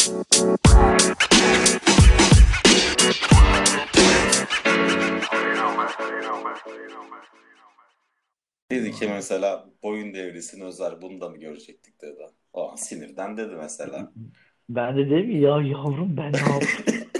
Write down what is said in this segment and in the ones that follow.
Dedi ki mesela boyun devrisini özer bunu da mı görecektik dedi. O an sinirden dedi mesela. Ben de dedim ki ya yavrum ben ne yaptım?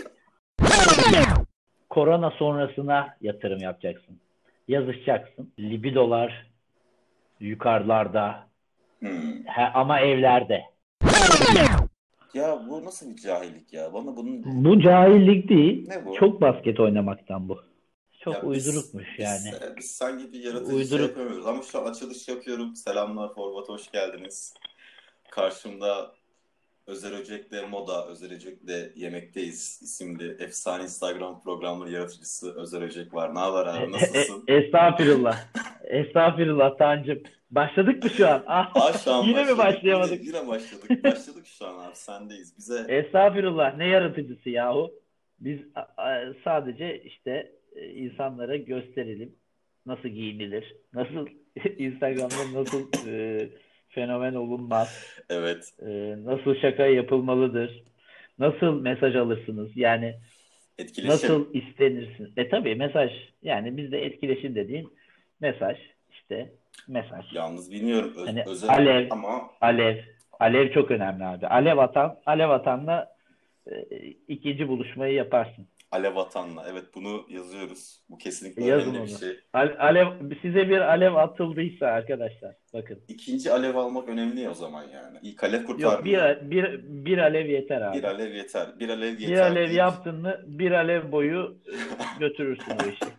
Korona sonrasına yatırım yapacaksın. Yazışacaksın. Libidolar yukarılarda. Hmm. Ama evlerde. Ya bu nasıl bir cahillik ya? Bana bunun Bu cahillik değil. ne bu? Çok basket oynamaktan bu. Çok Ya uydurukmuş yani. biz sanki bir yaratıcı şey Uyduruk. yapamıyoruz ama şu an açılış yapıyorum. Selamlar Forvat, hoş geldiniz. Karşımda Özer Öcek'le Moda, Özer Öcek'le Yemekteyiz isimli efsane Instagram programları yaratıcısı Özer Öcek var. Ne haber abi, nasılsın? Estağfirullah. Estağfirullah Tancım. Başladık mı şu an? Şu an Yine mi başladık. başlayamadık? Yine başladık. Başladık şu an abi, sendeyiz. Bize Estağfirullah. Ne yaratıcısı yahu? Biz sadece işte insanlara gösterelim nasıl giyinilir, nasıl Instagram'da nasıl fenomen olunmaz, evet, nasıl şaka yapılmalıdır, nasıl mesaj alırsınız, yani etkileşim. nasıl istenirsiniz. Tabii mesaj, yani bizde etkileşim dediğin mesaj, işte mesaj. Yalnız bilmiyorum Hani özel alev, ama alev, alev çok önemli abi. Alev atanla ikinci buluşmayı yaparsın. Alev Atan'la. Evet, bunu yazıyoruz. Bu kesinlikle Yazın önemli bir onu. şey. Alev, size bir alev atıldıysa arkadaşlar bakın. İkinci alev almak önemli ya o zaman yani. İlk alev Yok, kurtarmıyor. bir alev yeter Bir abi. alev yeter. Bir alev Bir yeter alev deyip yaptın mı bir alev boyu götürürsün o işi.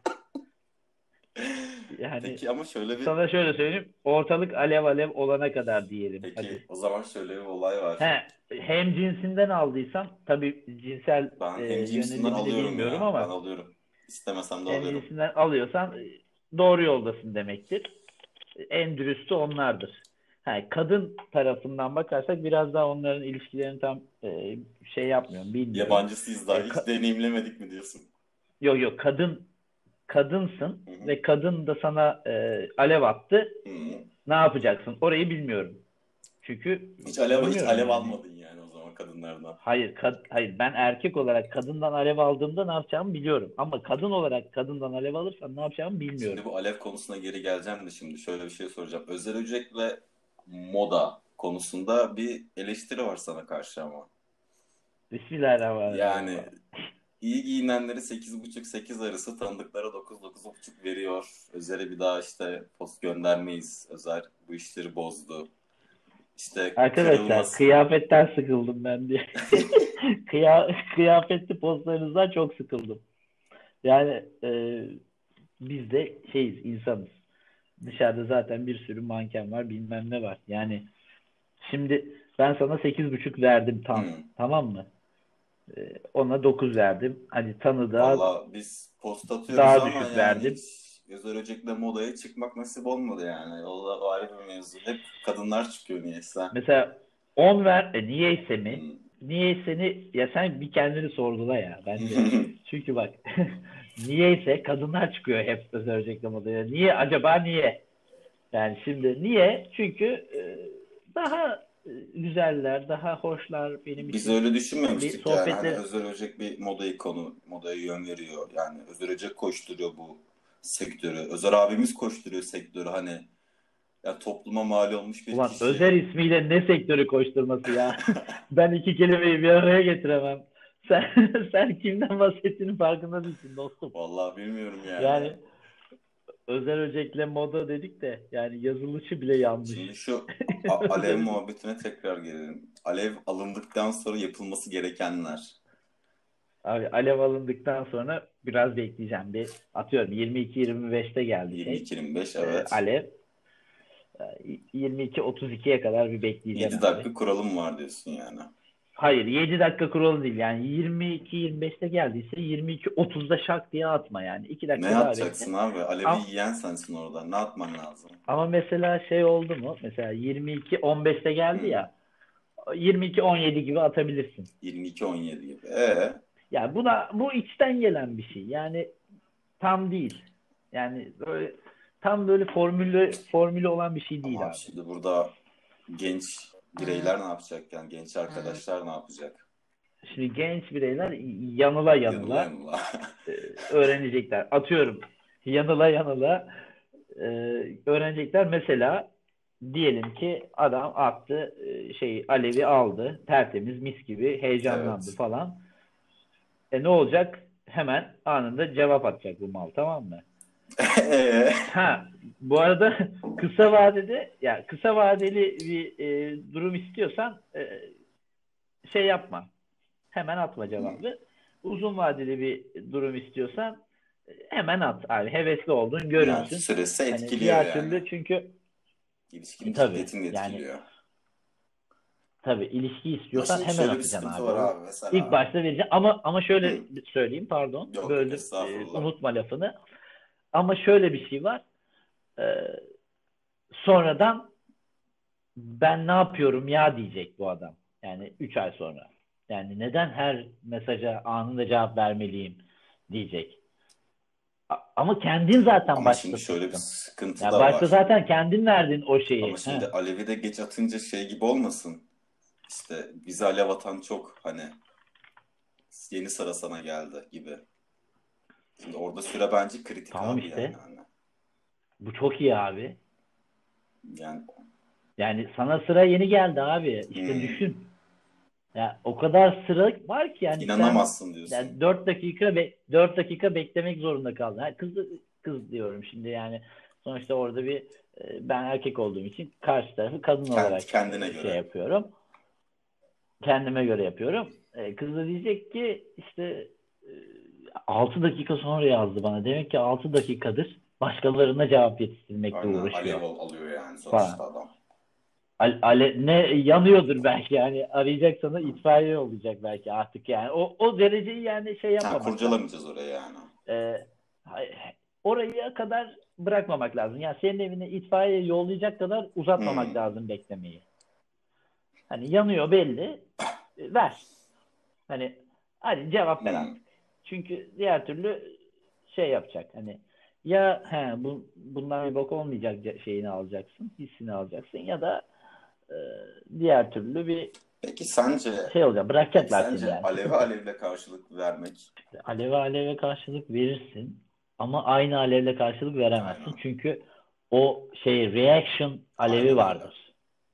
Yani peki ama şöyle bir sana şöyle söyleyeyim. Ortalık alev alev olana kadar diyelim. peki Hadi. o zaman şöyle bir olay var. Hem cinsinden aldıysan tabii cinsel Ben hem cimsinden yönelimini alıyorum bilmiyorum ya. Ben ama alıyorum. İstemesem de hem alıyorum. cinsinden alıyorsan doğru yoldasın demektir. En dürüstü onlardır. Kadın tarafından bakarsak biraz daha onların ilişkilerini tam şey yapmıyorum, bilmiyorum. Yabancısıyız daha. Hiç deneyimlemedik mi diyorsun? Yok yok, kadınsın Hı hı. ve kadın da sana alev attı. Hı hı. Ne yapacaksın? Orayı bilmiyorum. Çünkü Hiç bilmiyorum alev yani. almadın yani o zaman kadınlardan. Hayır, ben erkek olarak kadından alev aldığımda ne yapacağımı biliyorum. Ama kadın olarak kadından alev alırsam ne yapacağımı Şimdi bilmiyorum. bu alev konusuna geri geleceğim de şimdi şöyle bir şey soracağım. Özel Öcek'le moda konusunda bir eleştiri var sana karşı ama. Bismillahirrahmanirrahim. Yani iyi giyinenleri 8,5-8 arası, tanıdıklara 9-9,5 veriyor. Özer'e bir daha işte post göndermeyiz. Özer bu işleri bozdu. İşte Arkadaşlar kırılmasın. kıyafetten sıkıldım ben diye. Kıyafetli postlarınızdan çok sıkıldım. Yani biz de şeyiz, insanız. Dışarıda zaten bir sürü manken var, bilmem ne var. Yani şimdi ben sana 8,5 verdim tam. Hmm. Tamam mı? Ona 9 verdim. Hani tanıdığa Valla biz post atıyoruz daha ama düşük yani hiç verdim. Özer Öcek'le modaya çıkmak nasip olmadı yani. O ayrı bir mevzu. Hep kadınlar çıkıyor niyeyse. Mesela 10 ver. Niyeyse mi? Hmm. Niyeyseni ya sen bir kendini sorgula ya bence. Çünkü bak niyeyse kadınlar çıkıyor hep özel reklam odaya. Niye acaba niye? Yani şimdi niye? Çünkü daha güzeller, daha hoşlar benim Biz için. öyle Bir düşünmemiştik yani. Hani sohbetleri Özer Öcek bir moda ikonu, modaya yön veriyor. Yani Özer Öcek koşturuyor bu sektörü. Özer abimiz koşturuyor sektörü. Hani ya topluma mal olmuş bir ulan Özer kişi. ismiyle ne sektörü koşturması ya. Ben iki kelimeyi bir araya getiremem. Sen sen kimden bahsettiğinin farkında değilsin dostum. Vallahi bilmiyorum yani. Yani Özel Öcek'le moda dedik de yani yazılışı bile yanlış. Şimdi şu alev Özel Öcek. muhabbetine tekrar gelelim. Alev alındıktan sonra yapılması gerekenler. Abi alev alındıktan sonra biraz bekleyeceğim. Bir atıyorum 22-25'te geldi şey. 22-25, evet. Alev 22-32'ye kadar bir bekleyeceğim 7 abi. dakika kuralım var diyorsun yani. Hayır, 7 dakika kuralı değil yani 22-25'te geldiyse 22-30'da şak diye atma yani. 2 Ne dakika daha bekle. yapacaksın abi? Alevi Ama, yiyen sensin orada. Ne yapman lazım? ama mesela şey oldu mu? Mesela 22-15'te geldi Hmm. ya 22-17 gibi atabilirsin. 22-17 gibi. Yani bu içten gelen bir şey. Yani tam değil. Yani böyle tam böyle formülü olan bir şey Ama değil abi. şimdi burada genç bireyler ne yapacak? Yani genç arkadaşlar ne yapacak? şimdi genç bireyler yanıla Yanıla yanıla yanıla. e, öğrenecekler. Atıyorum, yanıla yanıla e, öğrenecekler. Mesela diyelim ki adam attı, şeyi alevi aldı. Tertemiz, mis gibi heyecanlandı Evet. falan. Ne olacak? Hemen anında cevap atacak bu mal, tamam mı? Ha, bu arada kısa vadede, ya kısa vadeli bir durum istiyorsan şey yapma. Hemen atma cevabı. Uzun vadeli bir durum istiyorsan hemen at. Abi hevesli olduğun Yani görünsün. süresi Hani etkiliyor diğer yani. türlü, çünkü İlişkinin tabii ciddiyetini de yani, etkiliyor. tabii ilişki Ama istiyorsan şimdi hemen şöyle bir atacaksın sıkıntı abi. var O abi ilk mesela. başta vereceğim, ama şöyle Hı. söyleyeyim, pardon Yok yok, böldüm, estağfurullah. unutma lafını. Ama şöyle bir şey var. E, Sonradan ben ne yapıyorum ya diyecek bu adam. Yani 3 ay sonra. Yani neden her mesaja anında cevap vermeliyim diyecek. Ama kendin zaten Ama şimdi başta şöyle bir sıktın. sıkıntı Yani da başta var. zaten kendin verdin o Ama şeyi. şimdi He. Alevi de geç atınca şey gibi olmasın. İşte bize alev atan çok, hani yeni sıra sana geldi gibi. Şimdi orada süre bence kritik Tamam abi yani işte. hani. Bu çok iyi abi. Yani Yani sana sıra yeni geldi abi. İşte hmm, düşün. Ya o kadar sıra var ki, yani sen inanamazsın diyorsun. yani 4 dakika beklemek zorunda kaldın. Ha, kız diyorum şimdi, yani sonuçta orada bir ben erkek olduğum için karşı tarafı kadın olarak Kendine şey göre. yapıyorum. Kendime göre yapıyorum. Kız da diyecek ki işte e, 6 dakika sonra yazdı bana. Demek ki 6 dakikadır başkalarına cevap yetiştirmekle Aynen, uğraşıyor alev alıyor yani falan. sonuçta adam. Ne yanıyordur belki, yani arayacak, sana itfaiye olacak belki artık, yani o dereceyi yani şey Ha, yapmamak lazım. kurcalamayacağız oraya yani. Ee, Oraya kadar bırakmamak lazım. Yani senin evine itfaiye yollayacak kadar uzatmamak Hmm, lazım beklemeyi. Hani yanıyor belli, ver. Hani hadi cevap ver hmm. artık. Çünkü diğer türlü şey yapacak. Hani ya bundan bir bok olmayacak şeyini alacaksın, hissini alacaksın, ya da e, diğer türlü bir Peki sence şey olacak. peki Bırakacaklar seni sence yani. aleve Sıkıntı. alevle karşılık vermek, Aleve aleve karşılık verirsin ama aynı alevle karşılık veremezsin. aynen. Çünkü o şey reaction alevi Aynen öyle. vardır.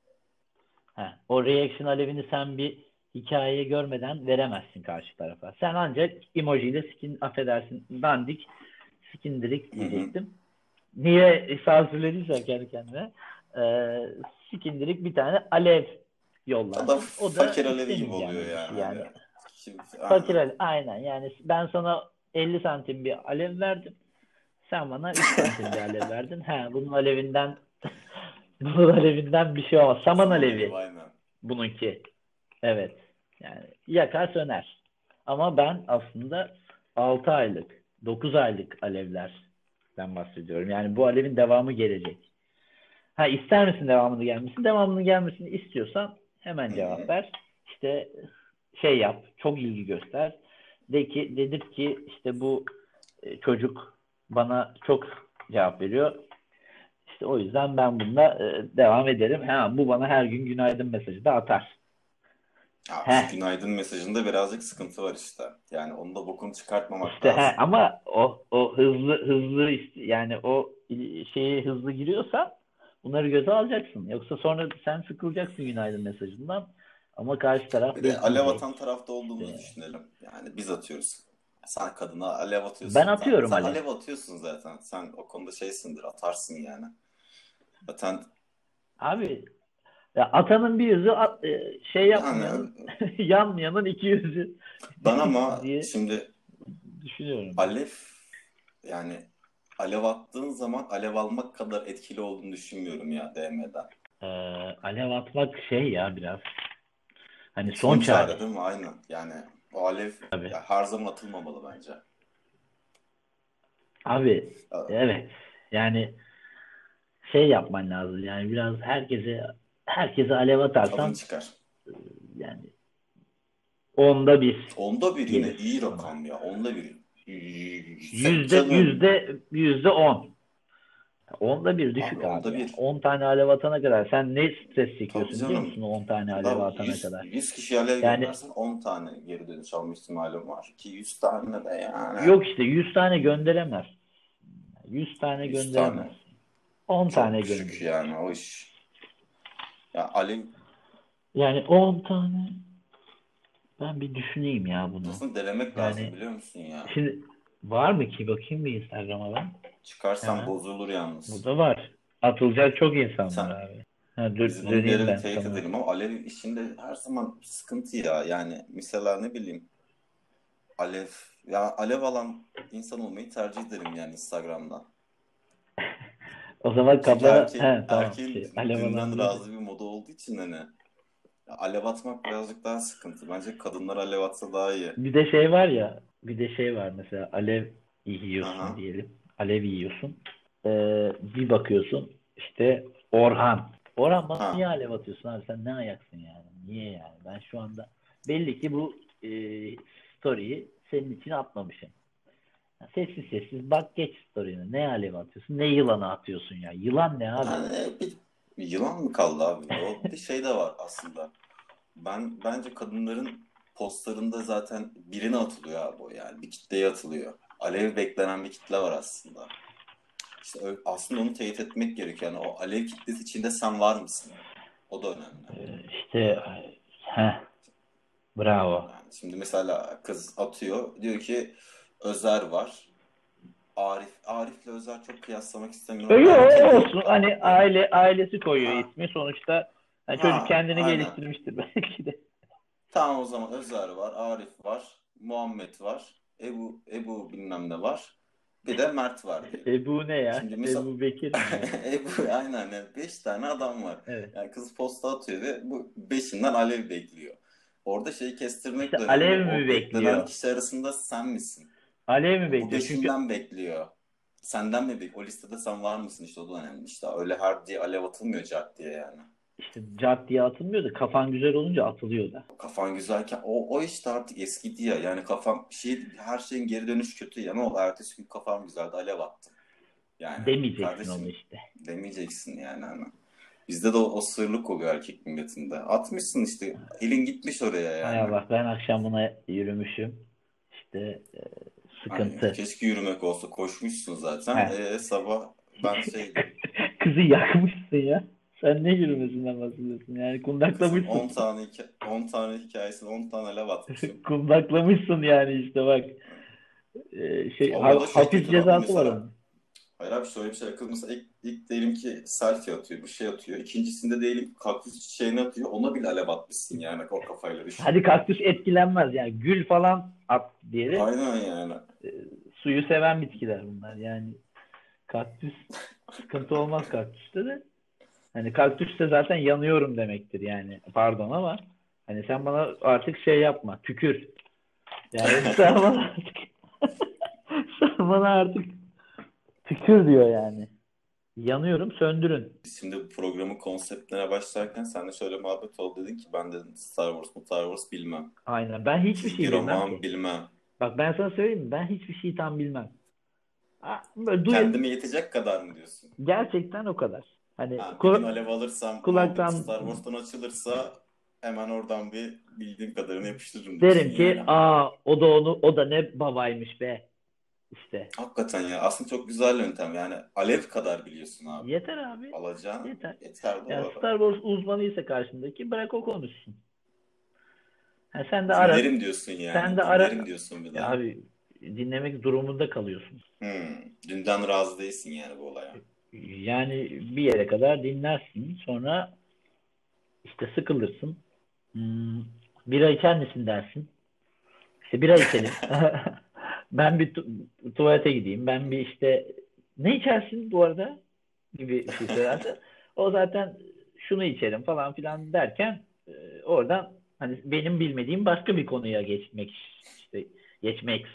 O reaction alevini sen bir hikaye görmeden veremezsin karşı tarafa. Sen ancak emojiyle affedersin, dandik skindirik Hı hı. diyecektim. Niye sansürlediysen kendi kendine. Sikindirik bir tane alev O da yollarsın. O da fakir alevi gibi oluyor istemeyeceğimiz bir yani şey hani. yani. Şimdi, Fakir aynen. alev. Aynen, yani ben sana 50 santim bir alev verdim. Sen bana 3 santim bir alev verdin. Bunun alevinden bunun alevinden bir şey olmaz. Saman Saman alevi, alevi aynen. bununki. Evet. Yani yakar söner. Ama ben aslında 6 aylık, 9 aylık alevlerden bahsediyorum. Yani bu alevin devamı gelecek. İster misin devamını gelmesini? Devamını gelmesini istiyorsan hemen Hı cevap hı. ver. İşte şey yap, çok ilgi göster. Dedir ki işte bu çocuk bana çok cevap veriyor. İşte o yüzden ben bununla devam ederim. Bu bana her gün günaydın mesajı da atar. Ya şu Heh, günaydın mesajında birazcık sıkıntı var işte. Yani onun da bokunu çıkartmamak işte lazım. ama o hızlı yani o şeyi hızlı giriyorsa bunları göze alacaksın. Yoksa sonra sen sıkılacaksın günaydın mesajından. Ama karşı taraf Bir de alev bekleyecek. atan tarafta olduğumuzu İşte düşünelim. Yani biz atıyoruz. Sen kadına alev ben atıyorsun. Sen, atıyorum sen alev. alev atıyorsun zaten. Sen o konuda şeysindir, atarsın yani. Zaten Abi, ya atanın bir yüzü, şey yani yapmayanın yanmayanın iki yüzü ben ama diye şimdi düşünüyorum ben. alev, yani alev attığın zaman alev almak kadar etkili olduğunu düşünmüyorum ya DM'den. Ee, Alev atmak şey ya, biraz. Hani Son son çare çare. değil mi? Aynen. Yani o alev Tabii. ya her zaman atılmamalı bence. Abi, Ya, evet. Yani şey yapman lazım. Yani biraz herkese alev tadın atarsan çıkar. yani onda bir Onda bir yine gelir iyi sana. rakam ya. Onda bir. Yüzde Canım. yüzde yüzde on. Onda bir Abi düşük abi onda ya. bir. 10 tane alev atana kadar sen ne stres Tabii çekiyorsun biliyor canım. musun o 10 tane alev Abi atana 100, kadar? 100 kişi alev Yani göndersen 10 tane geri dönüş alma ihtimalim var. Ki 100 tane de yani yok işte 100 tane gönderemez. 100 tane 100 gönderemez. tane 10 çok tane düşük gönderir. yani o iş. Ya alev Yani 10 tane ben bir düşüneyim ya bunu. aslında denemek lazım Yani biliyor musun ya? şimdi var mı ki bakayım bir Instagram'a ben Çıkarsan hemen. bozulur yalnız. Burada var. Atılacak çok insan var Sen abi. Ha, biz bunu bir döneyim yere bir ben teyit sana. edelim ama alev işinde her zaman sıkıntı ya. Yani mesela ne bileyim alev ya alev alan insan olmayı tercih ederim yani Instagram'da. O zaman Çünkü kaplana tamam erkeğin alev dünden alan değil. razı bir moda olduğu için hani ya alev atmak birazcık daha sıkıntı. Bence kadınlar alev atsa daha iyi. Bir de şey var ya, bir de şey var mesela alev yiyorsun Aha. diyelim. Alev yiyorsun. Bir bakıyorsun işte Orhan. Orhan bana niye Ha. alev atıyorsun abi sen ne ayaksın yani? Niye yani? Ben şu anda belli ki bu story'yi senin için atmamışım. Ya sessiz sessiz bak geç story'ine. Ne alev atıyorsun? Ne yılanı atıyorsun ya? Yılan ne abi? Yani bir yılan mı kaldı abi? O bir de şey de var aslında. Bence kadınların postlarında zaten birine atılıyor abi o yani. Bir kitleye atılıyor. Alev beklenen bir kitle var aslında. İşte aslında onu teyit etmek gerekiyor. Yani o alev kitlesi içinde sen var mısın? O da önemli. İşte heh, bravo. Yani şimdi mesela kız atıyor. Diyor ki Özer var. Arif'le Özer çok kıyaslamak istemiyorum. Yok Belki olsun yok hani abi. ailesi koyuyor Ha, ismi sonuçta hani çocuk ha, kendini aynen. geliştirmiştir belki de. Tamam o zaman Özer var, Arif var, Muhammed var, Ebu bilmem ne var. Bir de Mert var diyelim. Ebu ne ya? Şimdi mesela Ebu Bekir mi yani? aynen yani 5 tane adam var. Evet. Yani kız posta atıyor ve bu beşinden alev bekliyor. Orada şeyi kestirmek İşte de önemli. alev mi O beklenen bekliyor? kişi arasında sen misin? Alev mi Bu bekliyor? Çünkü beşinden bekliyor. Senden mi bekliyor? O listede sen var mısın? İşte o da önemli. İşte öyle her diye alev atılmıyor cart diye yani. işte cart diye atılmıyor da kafan güzel olunca atılıyor da. Kafan güzelken o işte artık eskidi ya. Yani kafam her şeyin geri dönüş kötü ya. Ne oldu? Ertesi gün kafam güzeldi. Alev attım. Yani Demeyeceksin onu kardeşim işte. demeyeceksin yani hani. Bizde de o sırlık oluyor erkek milletinde. Atmışsın işte. Elin gitmiş oraya Hay yani. Allah ben akşam buna yürümüşüm. İşte Hani sıkıntı. keşke yürümek olsa. Koşmuşsun zaten. Heh. Sabah ben şeydim. Kızı yakmışsın ya. Sen ne yürümesinden bahsediyorsun? Yani Kızın kundaklamışsın. 10 tane hikayesine 10 tane alev atmışım. Kundaklamışsın yani işte bak. O da şey Hapis kötü abi cezası var mesela. onun. Hayır abi şöyle bir şey. Kız mesela ilk diyelim ki selfie atıyor, bir şey atıyor. İkincisinde diyelim ki kaktüs çiçeğini atıyor. Ona bile alev atmışsın yani o kafayla düşün. Hadi kaktüs etkilenmez yani gül falan at diyelim. Aynen yani. E, Suyu seven bitkiler bunlar yani kaktüs sıkıntı olmaz kaktüste de. Hani kaktüste zaten yanıyorum demektir yani pardon ama hani sen bana artık şey yapma tükür. Yani sen bana artık sen bana artık tükür diyor yani. Yanıyorum söndürün. Biz şimdi bu programın konseptine başlarken sen de şöyle muhabbet oldu dedin ki ben de Star Wars bilmem. Aynen ben hiçbir Çizgi şey bilmem roman ki. bilmem. Bak ben sana söyleyeyim mi? Ben hiçbir şey tam bilmem. Böyle Kendime yetecek kadar mı diyorsun? gerçekten o kadar. Hani Ha, bir gün alev alırsam muhabbet kulaktan Star Wars'tan açılırsa hemen oradan bir bildiğim kadarını yapıştırırım diyorsun derim ki yani. o da ne babaymış be. İşte Hakikaten ya aslında çok güzel yöntem yani alev kadar biliyorsun abi. yeter abi. Alacağın Yeter. yeter Yani doğru. Star Wars uzmanıysa karşındaki bırak o konuşsun. Ha, Dinlerim diyorsun sen yani. de Dinlerim diyorsun bir ya de. abi dinlemek durumunda kalıyorsun. Dünden razı değilsin yani bu olaya. Yani bir yere kadar dinlersin. Sonra işte sıkılırsın. Hmm, bira içer misin dersin. İşte bira içelim. Ben bir tuvalete gideyim. Ben bir işte ne içersin bu arada gibi bir şey söylerse o zaten şunu içerim falan filan derken oradan hani benim bilmediğim başka bir konuya işte geçmek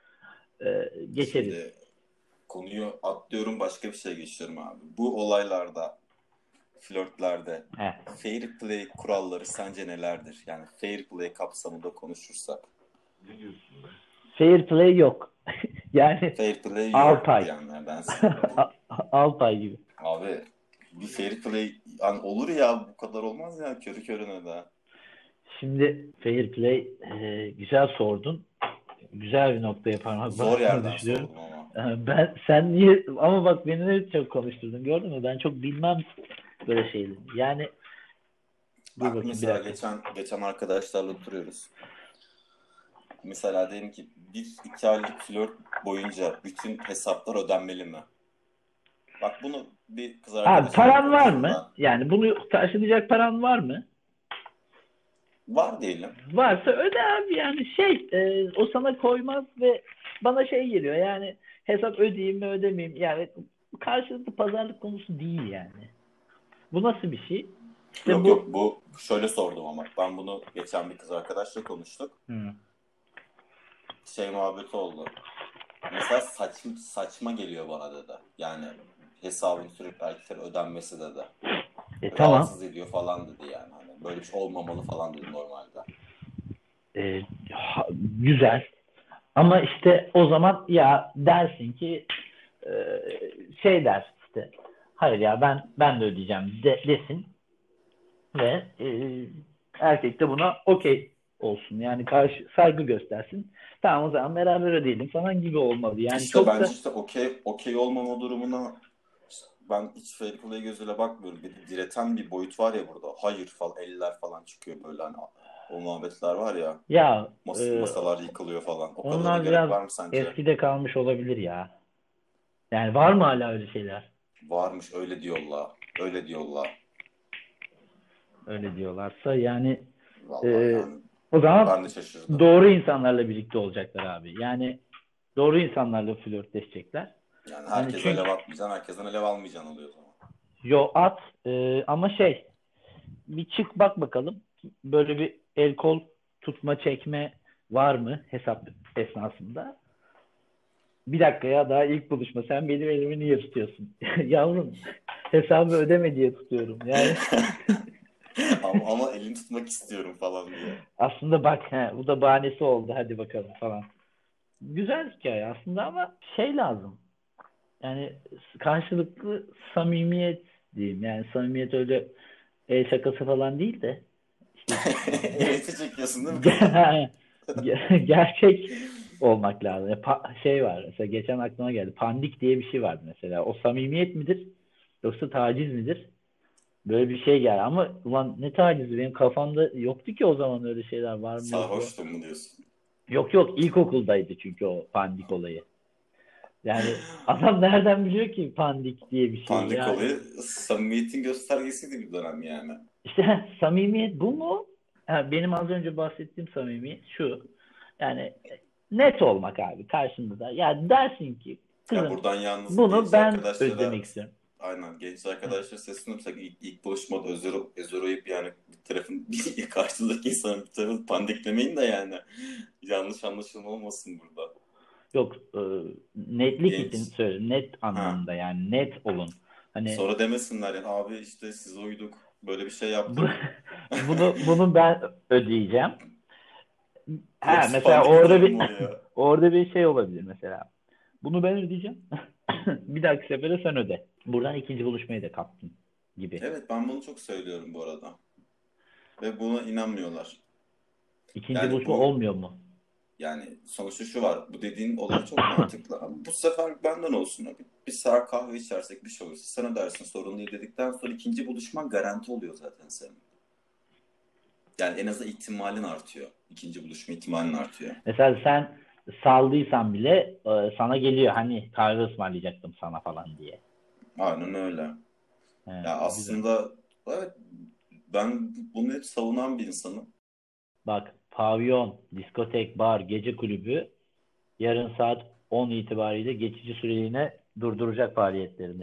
geçeriz. Şimdi konuyu atlıyorum başka bir şey geçiyorum abi. Bu olaylarda, flörtlerde Heh. fair play kuralları sence nelerdir? Yani fair play kapsamında konuşursak. Fair play yok. Yani Fair play yok Altay. diyenlerdensin. Altay gibi. Abi bir fair play yani olur ya, bu kadar olmaz ya körü körüne de. Şimdi fair play güzel sordun. Güzel bir noktaya parmak Zor bastığını yerden düşünüyorum. sordum ama. Sen niye ama bak beni de çok konuşturdun, gördün mü? Ben çok bilmem böyle şeyleri. Yani dur Bak bakayım bir mesela dakika. geçen arkadaşlarla oturuyoruz. Mesela diyelim ki bir iki aylık flört boyunca bütün hesaplar ödenmeli mi? Bak bunu bir kız Abi arkadaşımla paran var konuştum mı? ben. Yani bunu karşılayacak paran var mı? Var diyelim. Varsa öde abi, yani o sana koymaz ve bana şey geliyor yani, hesap ödeyeyim mi ödemeyeyim, yani karşılıklı pazarlık konusu değil yani. Bu nasıl bir şey? İşte Yok yok, bu. bu şöyle sordum ama ben bunu geçen bir kız arkadaşla konuştuk. Hı. Şey muhabbeti oldu. Mesela saçma geliyor bana dedi. Yani hesabın sürekli erkeklere ödenmesi dedi. Tamam. Rahatsız ediyor falan dedi yani. Hani böyle bir şey olmamalı falan dedi normalde. E, Güzel. Ama işte o zaman ya dersin ki e, der işte, hayır ya ben de ödeyeceğim desin ve erkek de buna okey olsun. Yani karşı saygı göstersin. Tamam, o zaman beraber ödeyelim falan gibi olmalı. Yani İşte çok bence da işte okey olmama durumuna işte ben hiç fair play gözüyle bakmıyorum. Bir de direten bir boyut var ya burada. Hayır falan, eller falan çıkıyor böyle hani, o muhabbetler var ya. ya Masalar yıkılıyor falan. O kadara onlar gerek biraz var mı sence? eskide kalmış olabilir ya. Yani var mı hala öyle şeyler? Varmış, öyle diyorlar. Öyle diyorlar. Öyle diyorlarsa yani Vallahi e, yani o zaman ben de şaşırdım. doğru insanlarla birlikte olacaklar abi. Yani doğru insanlarla flörtleşecekler. Yani Yani herkese çünkü alev atmayacaksın, herkesten alev almayacaksın oluyor o zaman. at, ama bir çık bak bakalım. Böyle bir el kol tutma çekme var mı hesap esnasında? Bir dakika ya, daha ilk buluşma. Sen benim elimi niye tutuyorsun? Yavrum, hesabı ödeme diye tutuyorum. Yani Ama elini tutmak istiyorum falan diye. aslında bak, bu da bahanesi oldu. Hadi bakalım falan. Güzel hikaye aslında ama lazım. Yani karşılıklı samimiyet diyeyim. Yani samimiyet öyle el şakası falan değil de işte Niyeti çekiyorsun değil mi kızı? gerçek olmak lazım. Var mesela, geçen aklıma geldi. Pandik diye bir şey vardı mesela. O samimiyet midir yoksa taciz midir? Böyle bir şey geldi ama ulan ne tacizi, benim kafamda yoktu ki o zaman öyle şeyler, var mı yok mu? Sarhoştum mu diyorsun? Yok yok, ilkokuldaydı çünkü o pandik olayı. Yani adam nereden biliyor ki pandik diye bir şey Pandik yani? olayı samimiyetin göstergesiydi bir dönem yani. İşte samimiyet bu mu? Ha, benim az önce bahsettiğim samimiyet şu. Yani net olmak abi karşında da. Ya dersin ki Ya kızım, buradan yalnız bunu genç ben arkadaşlara, ödemek istiyorum. aynen genç arkadaşlara sesleniyorum. Mesela ilk buluşmada özür yani bir tarafın bir karşıdaki insanın bir tarafını pandiklemeyin de yani. Yanlış anlaşılma olmasın burada. Yok, netlik için Genç. söylüyorum. Net Ha. anlamında, yani net olun. Hani Sonra demesinler ya abi işte size uyduk. Böyle bir şey bu, yaptık. bunu ben ödeyeceğim. Ha, Yoksa mesela pandik atarım oraya. orada bir şey olabilir mesela. Bunu ben ödeyeceğim. Bir dahaki sefere sen öde. Buradan ikinci buluşmayı da kaptın gibi. Evet, ben bunu çok söylüyorum bu arada. Ve buna inanmıyorlar. İkinci Yani buluşma bu, olmuyor mu? yani sonuçta şu var. Bu dediğin olay çok mantıklı. Ama bu sefer benden olsun abi. Bir saat kahve içersek bir şey olursa sen ödersin, sorun değil dedikten sonra ikinci buluşman garanti oluyor zaten senin. Yani en azından ihtimalin artıyor. İkinci buluşma ihtimalin artıyor. Mesela sen saldıysan bile sana geliyor, hani kahve ısmarlayacaktım sana falan diye. Aynen öyle. He, Ya güzel. aslında evet, ben bunu hep savunan bir insanım. Bak, pavyon, diskotek, bar, gece kulübü yarın saat 10 itibariyle geçici süreliğine durduracak faaliyetlerini.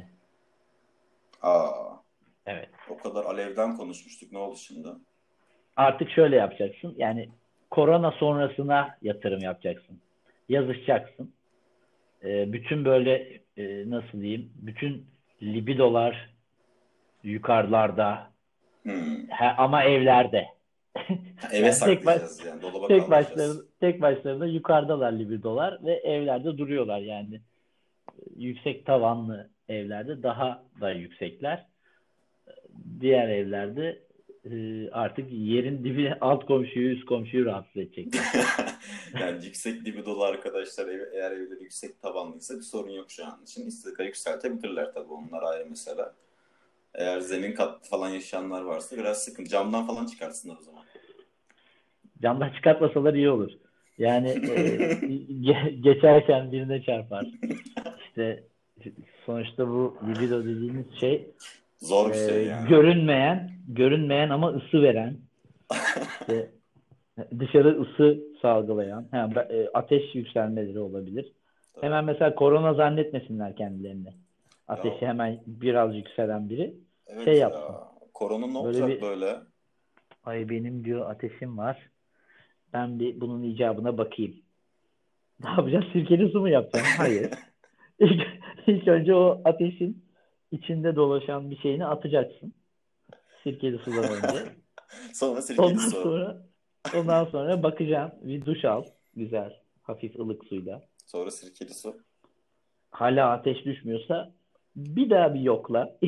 Aa, Evet. o kadar alevden konuşmuştuk. Ne oldu şimdi? Artık şöyle yapacaksın. Yani korona sonrasına yatırım yapacaksın. Yazışacaksın. Bütün böyle nasıl diyeyim? Bütün libidolar yukarılarda, Hmm. ama evlerde. Eve Yani saklayacağız yani. Dolaba tek başlarına, kaldıracağız. tek başlarına yukarıdalar libidolar ve evlerde duruyorlar yani. Yüksek tavanlı evlerde daha da yüksekler. Diğer evlerde artık yerin dibi alt komşuyu üst komşuyu rahatsız edecekler. Yani yüksek libido arkadaşlar eğer evleri yüksek tavanlıysa bir sorun yok şu an için. İstediği kadar yükseltebilirler tabii, onlar ayrı mesela. Eğer zemin kat falan yaşayanlar varsa biraz sıkıntı. Camdan falan çıkarsınlar o zaman. Camdan çıkartmasalar iyi olur. Yani geçerken birine çarpar. İşte sonuçta bu libido dediğimiz şey Zor bir şey yani. görünmeyen ama ısı veren, işte dışarı ısı salgılayan, ateş yükselmeleri olabilir. Tabii. Hemen mesela korona zannetmesinler kendilerini. Ya Ateşi hemen biraz yükselen biri şey evet yapsın. ya. Korona ne Böyle olacak bir böyle? ay benim diyor ateşim var. Ben bir bunun icabına bakayım. Ne yapacağız? Sirkeli su mu yapacaksın? Hayır. İlk, ilk önce o ateşin içinde dolaşan bir şeyini atacaksın. Sirkeli sudan önce. Sonra sirkeli Ondan su. sonra ondan sonra bakacaksın. Bir duş al. Güzel. Hafif ılık suyla. Sonra sirkeli su. Hala ateş düşmüyorsa bir daha bir yokla.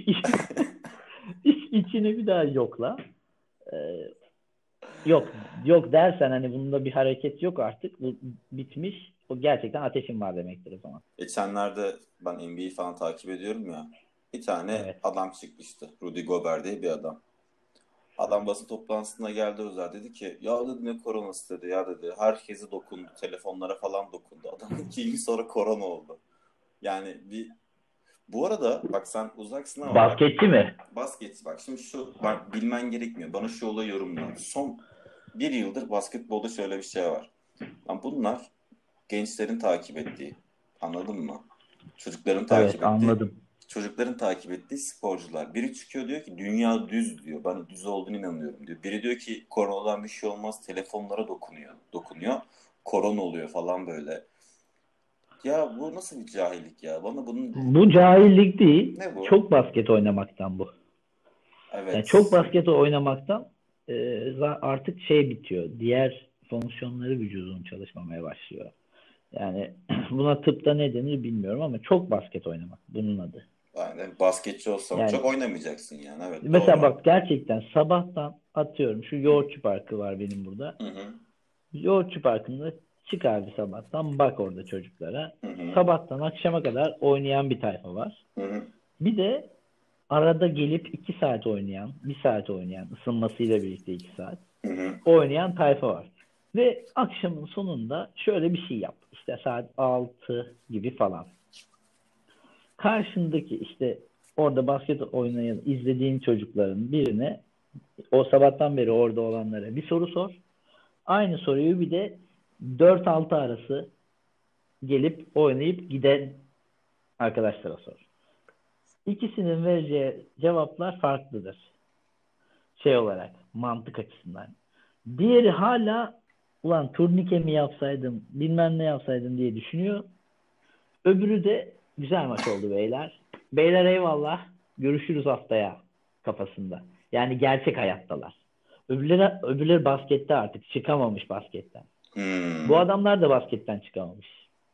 İçini bir daha yokla. Ee, yok yok dersen hani bunda bir hareket yok artık. Bu bitmiş. O gerçekten ateşin var demektir o zaman. Geçenlerde ben NBA falan takip ediyorum ya. Bir tane Evet. adam çıkmıştı. Rudy Gobert diye bir adam. Adam basın toplantısına geldi, Özer dedi ki ya dedi ne koronası dedi ya dedi. Herkese dokundu. Telefonlara falan dokundu. Adamın 2 gün sonra korona oldu. Yani bu arada bak sen uzaksın ama bak Basketçi mi? basket bak şimdi şu bak bilmen gerekmiyor. Bana şu olayı yorumla. Son bir yıldır basketbolda şöyle bir şey var. Lan bunlar gençlerin takip ettiği, anladın mı? Çocukların takip Evet ettiği, anladım. çocukların takip ettiği sporcular. Biri çıkıyor diyor ki dünya düz diyor. Ben düz olduğunu inanıyorum diyor. Biri diyor ki koronadan bir şey olmaz. Telefonlara dokunuyor. Dokunuyor. Korona oluyor falan böyle. Ya bu nasıl bir cahillik ya? Bana bunun Bu cahillik değil. ne bu? Çok basket oynamaktan bu. Yani çok Evet. basket oynamaktan artık şey bitiyor. Diğer fonksiyonları vücudun çalışmamaya başlıyor. Yani buna tıpta ne denir bilmiyorum ama çok basket oynamak bunun adı. Yani basketçi olsam çok Yani oynamayacaksın yani. Evet mesela doğru. bak gerçekten sabahtan atıyorum şu Yoğurtçu Parkı var benim burada. Hı hı. Yoğurtçu Parkı'nda çıkar bir sabahtan bak orada çocuklara. Hı hı. Sabahtan akşama kadar oynayan bir tayfa var. Hı hı. Bir de arada gelip 2 saat oynayan, 1 saat oynayan, ısınmasıyla birlikte 2 saat Hı hı. oynayan tayfa var. Ve akşamın sonunda şöyle bir şey yap. İşte saat 6 gibi falan. Karşındaki işte orada basket oynayan, izlediğin çocukların birine o sabahtan beri orada olanlara bir soru sor. Aynı soruyu bir de 4-6 arası gelip oynayıp giden arkadaşlara sor. İkisinin vereceği cevaplar farklıdır. Şey olarak mantık açısından. Diğeri hala ulan turnike mi yapsaydım bilmem ne yapsaydım diye düşünüyor. Öbürü de güzel maç oldu beyler. Beyler eyvallah görüşürüz haftaya kafasında. Yani gerçek hayattalar. Öbürleri baskette artık çıkamamış basketten. Bu Hmm. adamlar da basketten çıkamamış.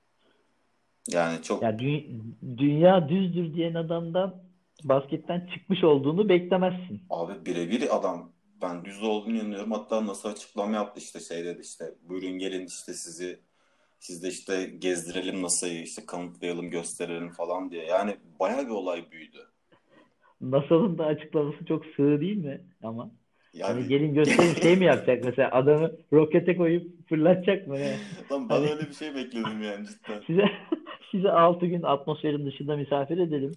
Yani çok Ya dünya düzdür diyen adamdan basketten çıkmış olduğunu beklemezsin. abi birebir adam, ben düz olduğunu inanıyorum. Hatta nasıl açıklama yaptı işte şey dedi işte buyurun gelin işte siz de işte gezdirelim NASA'yı işte kanıtlayalım gösterelim falan diye. Yani bayağı bir olay büyüdü. NASA'nın da açıklaması çok sığ değil mi? Ama hani Yani gelin gösterim şey mi yapacak mesela adamı rokete koyup fırlatacak mı ne? lan ben Hani öyle bir şey bekledim yani cidden. size size 6 gün atmosferin dışında misafir edelim.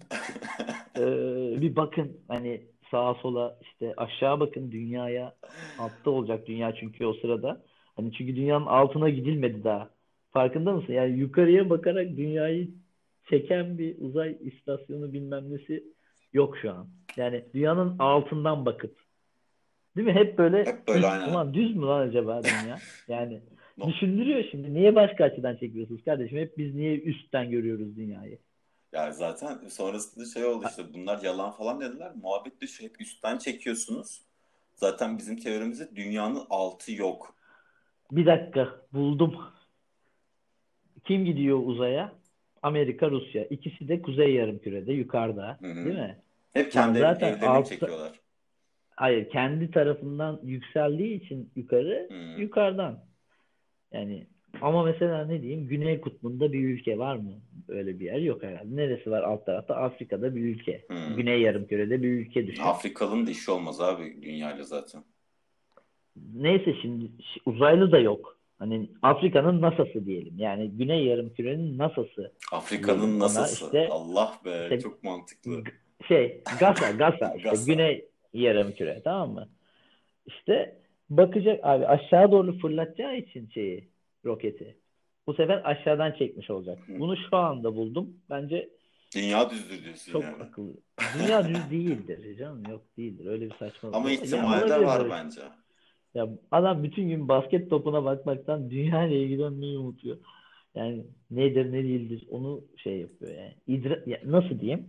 Bir bakın hani sağa sola işte aşağı bakın dünyaya altta olacak dünya çünkü o sırada. Hani çünkü dünyanın altına gidilmedi daha. Farkında mısın? Yani yukarıya bakarak dünyayı çeken bir uzay istasyonu bilmem nesi yok şu an. Yani dünyanın altından bakıp değil mi? Hep böyle Hep böyle üst. aynen. Ulan düz mü lan acaba dünya? Yani No. düşündürüyor şimdi. Niye başka açıdan çekiyorsunuz kardeşim? Hep biz niye üstten görüyoruz dünyayı? Yani zaten sonrasında şey oldu işte bunlar yalan falan dediler. Muhabbet de şu, hep üstten çekiyorsunuz. Zaten bizim teorimizde dünyanın altı yok. Bir dakika buldum. Kim gidiyor uzaya? Amerika, Rusya. İkisi de Kuzey Yarımküre'de yukarıda, Hı değil hı. mi? Hep Lan kendi zaten evlerini çekiyorlar. hayır, kendi tarafından yükseldiği için Hı yukarı, hı. yukarıdan. Yani ama mesela ne diyeyim? Güney Kutbu'nda bir ülke var mı? Öyle bir yer yok herhalde. Neresi var alt tarafta? Afrika'da bir ülke. Hı. Güney Yarımküre'de bir ülke düşün. Afrikalı'nın da işi olmaz abi dünyayla zaten. Neyse şimdi uzaylı da yok. Hani Afrika'nın NASA'sı diyelim. Yani Güney Yarımküre'nin NASA'sı diyelim Afrika'nın ona. NASA'sı. İşte Allah be, işte çok mantıklı. Gasa işte Gasa. Güney Yarımküre, tamam mı? İşte bakacak abi, aşağı doğru fırlatacağı için roketi. Bu sefer aşağıdan çekmiş olacak. Hı. Bunu şu anda buldum. Bence Dünya düzdür diyorsun çok yani. akıllı. Dünya düz değildir canım, yok değildir. Öyle bir saçmalık Ama olur. Ya ihtimal de olabilir var böyle şey. bence. Ya adam bütün gün basket topuna bakmaktan dünya ile ilgilenmeyi unutuyor. Yani nedir ne değildir onu şey yapıyor yani. Ya nasıl diyeyim?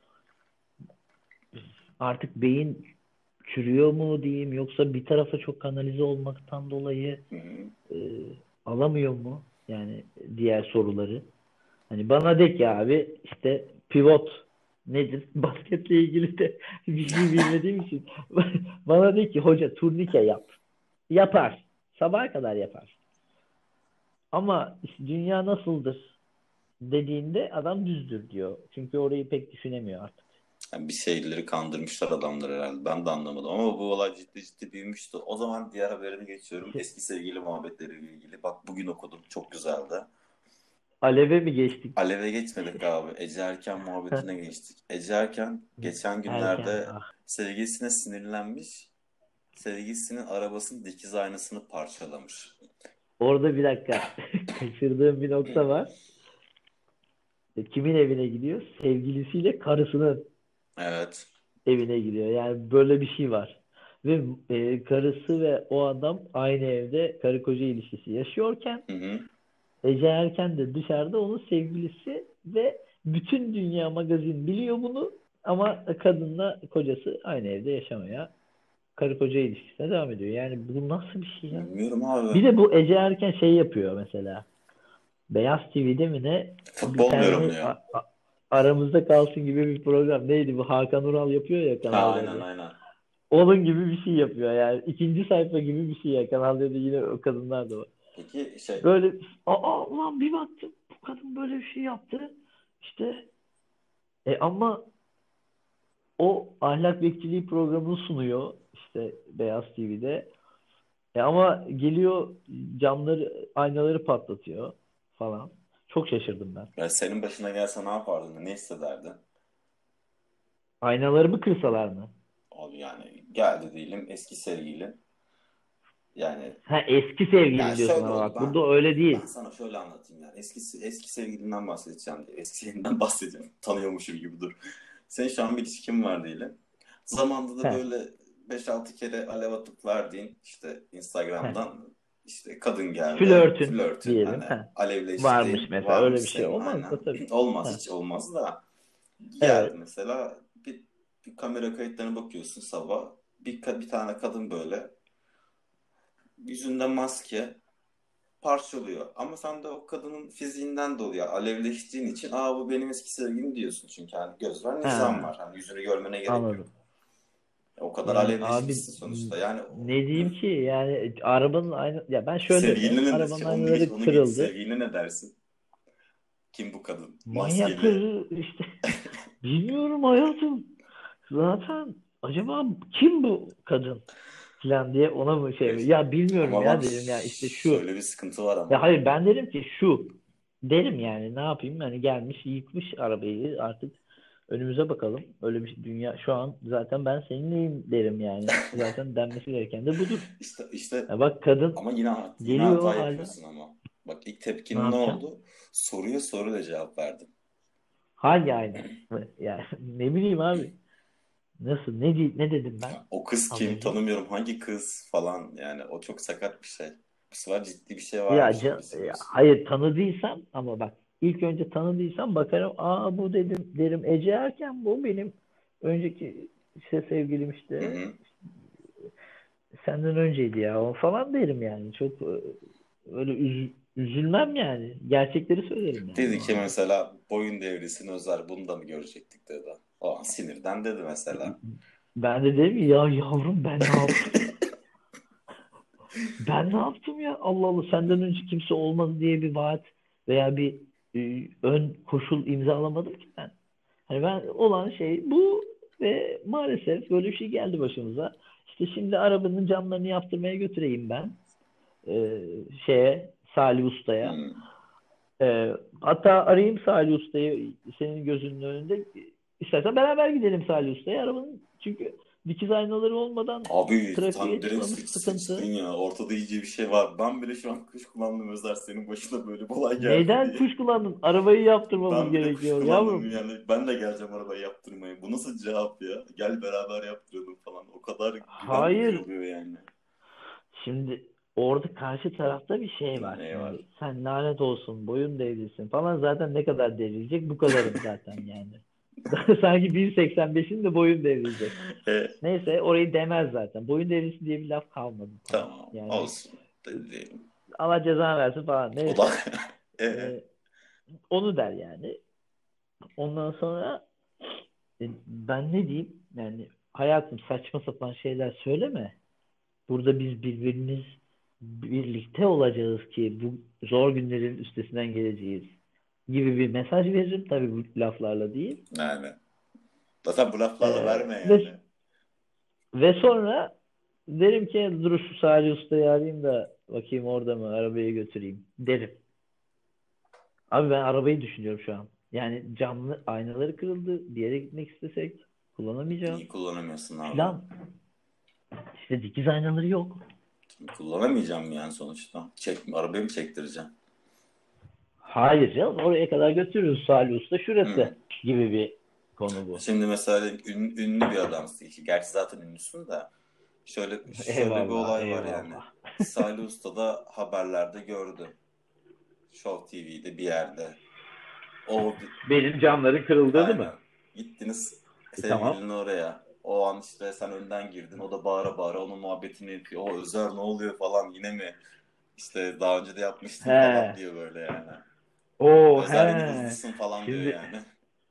Artık beyin çürüyor mu diyeyim, yoksa bir tarafa çok kanalize olmaktan dolayı Hı hı. e, alamıyor mu? Yani diğer soruları. Hani bana de ki abi, işte pivot nedir? Basketle ilgili de bir şey bilmediğim için bana de ki hoca turnike yap. Yapar. Sabaha kadar yapar. Ama işte dünya nasıldır dediğinde adam düzdür diyor. Çünkü orayı pek düşünemiyor artık. Yani bir şeyleri kandırmışlar adamlar herhalde. Ben de anlamadım ama bu olay ciddi ciddi büyümüştü. O zaman diğer haberine geçiyorum. Eski sevgili muhabbetleriyle ilgili. Bak bugün okudum. Çok güzeldi. Aleve mi geçtik? Alev'e geçmedik abi. Ece Erken muhabbetine geçtik. Ece Erken geçen Erken. günlerde Ah. sevgilisine sinirlenmiş. Sevgilisinin arabasının dikiz aynasını parçalamış. Orada bir dakika. Kaçırdığım bir Hı. nokta var. Kimin evine gidiyor? Sevgilisiyle karısının Evet. evine gidiyor. Yani böyle bir şey var. Ve karısı ve o adam aynı evde karı koca ilişkisi yaşıyorken Hı hı. Ece Erken de dışarıda onun sevgilisi ve bütün dünya magazin biliyor bunu, ama kadınla kocası aynı evde yaşamaya, karı koca ilişkisine devam ediyor. Yani bu nasıl bir şey ya? Bilmiyorum abi. Bir de bu Ece Erken şey yapıyor mesela. Beyaz TV'de mi ne, bir Futbol mu tane yorumluyor? aramızda kalsın gibi bir program. Neydi bu? Hakan Ural yapıyor ya Ha, Kanal aynen D'de. aynen. Onun gibi bir şey yapıyor yani. İkinci sayfa gibi bir şey ya. Kanal D'de yine o kadınlar da var. Peki şey, Böyle ulan bir baktım bu kadın böyle bir şey yaptı. İşte ama o ahlak bekçiliği programını sunuyor işte Beyaz TV'de. Ama geliyor, camları, aynaları patlatıyor falan. Çok şaşırdım ben. ya senin başına gelse ne yapardın? Ne hissederdin? Aynalarımı kırsalar mı? Abi yani geldi diyelim eski sevgilin. Yani Ha, eski yani sevgilin diyorsun şöyle ama oldu. bak burada öyle Ben değil. sana şöyle anlatayım yani. Eski sevgilinden bahsedeceğim diye. Eski sevgilinden bahsedeceğim. Tanıyormuşum gibi dur. Senin şu an bir ilişkin var diyelim. Zamanında da Ha, böyle 5-6 kere alev atıp verdiğin işte ha. Instagram'dan işte kadın geldi. Flörtün Flörtün diyelim. hani Ha. Varmış alevleştiğin mesela, varmış öyle bir şey senin olmaz aynen. da tabii. Olmaz Ha. hiç olmaz da geldi Evet. mesela bir kamera kayıtlarına bakıyorsun sabah. Bir tane kadın böyle yüzünde maske parçalıyor. Ama sen de o kadının fiziğinden dolayı alevleştiğin için bu benim eski sevgilim diyorsun. Çünkü hani göz var nizam var. Ha, Hani yüzünü görmene gerek yok. anladım. O kadar Yani abi alevleşmişsin sonuçta. Yani ne diyeyim ki, yani arabanın aynı, ya ben şöyle de, sevgiline ne arabanın onu geç aynaları onu geç kırıldı. sevgiline ne dersin? Kim bu kadın? Maskeli. Manyaktır işte. Bilmiyorum hayatım. Zaten acaba kim bu kadın falan diye ona mı şey mi? Geç. Ya bilmiyorum Ama ya bak derim ya, işte şu. şöyle bir sıkıntı var Ya ama. hayır, ben derim ki şu. Derim yani, ne yapayım? Hani gelmiş yıkmış arabayı, artık önümüze bakalım. Öyle bir şey, dünya şu an zaten ben seninleyim derim yani. Zaten denmesi gereken de budur. İşte Ya bak kadın ama yine geliyor hata hala. yapıyorsun ama. Bak ilk Ne tepkin ne yapacağım? oldu? Soruya soruyla cevap verdin. Hangi ayna? Yani ne bileyim abi. Nasıl? Ne dedim ben O kız az kim önce? tanımıyorum hangi kız falan yani o çok sakat bir şey. Bu sefer ciddi bir şey Ya, varmış gibi hissediyorsun. hayır, tanıdıysam, ama bak ilk önce tanıdıysam bakarım. Bu derim Ece Erken, bu benim önceki işte sevgilim Hı işte. hı. senden önceydi ya o falan derim yani. Çok öyle üzülmem yani. Gerçekleri söylerim yani Dedi o ki anda. mesela boyun devrisini Özer bunu da mı görecektik dedi. O an sinirden dedi mesela. Ben de dedim ki ya yavrum ben ne yaptım? Ben ne yaptım ya? Allah Allah senden önce kimse olmaz diye bir vaat veya bir ön koşul imzalamadım ki ben. Hani ben olan şey bu ve maalesef böyle bir şey geldi başımıza. İşte şimdi arabanın camlarını yaptırmaya götüreyim ben Salih Usta'ya. Hmm. Hatta arayayım Salih Usta'yı senin gözünün önünde. İstersen beraber gidelim Salih Usta'ya. Arabanın çünkü dikiz aynaları olmadan Abi trafiğe sen direkt çıkmamız sıçtın sıkıntı. ya. Ortada iyice bir şey var. Ben bile şu an kuş kullandım Özer senin başına böyle bir olay geldi Neyden diye. kuş kullandın? Arabayı yaptırmamız Ben bile kuş gerekiyor kullandım yavrum. yani. Ben de geleceğim arabayı yaptırmaya. Bu nasıl cevap ya? Gel beraber yaptıralım falan. O kadar güven Hayır. kırılıyor yani. Şimdi orada karşı tarafta bir şey var. Ne Şimdi var? sen lanet olsun, boyun devrilsin falan zaten ne kadar devrilecek? Bu kadarım zaten yani. Sanki 1.85'in de boyun devrilecek. E, Neyse orayı demez zaten. Boyun devrilsin diye bir laf kalmadı tam. tamam Yani olsun. Diyelim. Allah cezanı versin falan. O da Neyse. e, Ee, onu der yani. Ondan sonra ben ne diyeyim? Yani hayatım saçma sapan şeyler söyleme. Burada biz birbirimiz birlikte olacağız ki bu zor günlerin üstesinden geleceğiz gibi bir mesaj veririm. Tabii bu laflarla değil. yani. Zaten bu laflarla Ee, verme ve, yani. ve sonra derim ki dur şu Salih Usta'yı arayayım da bakayım orada mı arabayı götüreyim derim. Abi ben arabayı düşünüyorum şu an. Yani camlı aynaları kırıldı. Bir yere gitmek istesek kullanamayacağım. Niye kullanamıyorsun abi? Filan. İşte dikiz aynaları yok. Kullanamayacağım yani sonuçta. Arabayı mı çektireceğim? Hayır canım oraya kadar götürürüz Salih Usta Hı. şurası gibi bir konu bu. Şimdi mesela ünlü bir adamsın ki. Gerçi zaten ünlüsün de. Şöyle bir Eyvallah, olay var yani. eyvallah. Salih Usta da haberlerde gördü. Show TV'de bir yerde. O Benim camların kırıldığı değil mi? aynen. Gittiniz Tamam. sevgilinin oraya. O an işte sen önden girdin. O da bağıra bağıra onun muhabbetini yapıyor. O Özer ne oluyor falan yine mi? İşte daha önce de yapmıştın falan He. diyor böyle yani. O Özer yine he. hızlısın falan diyor Şimdi yani.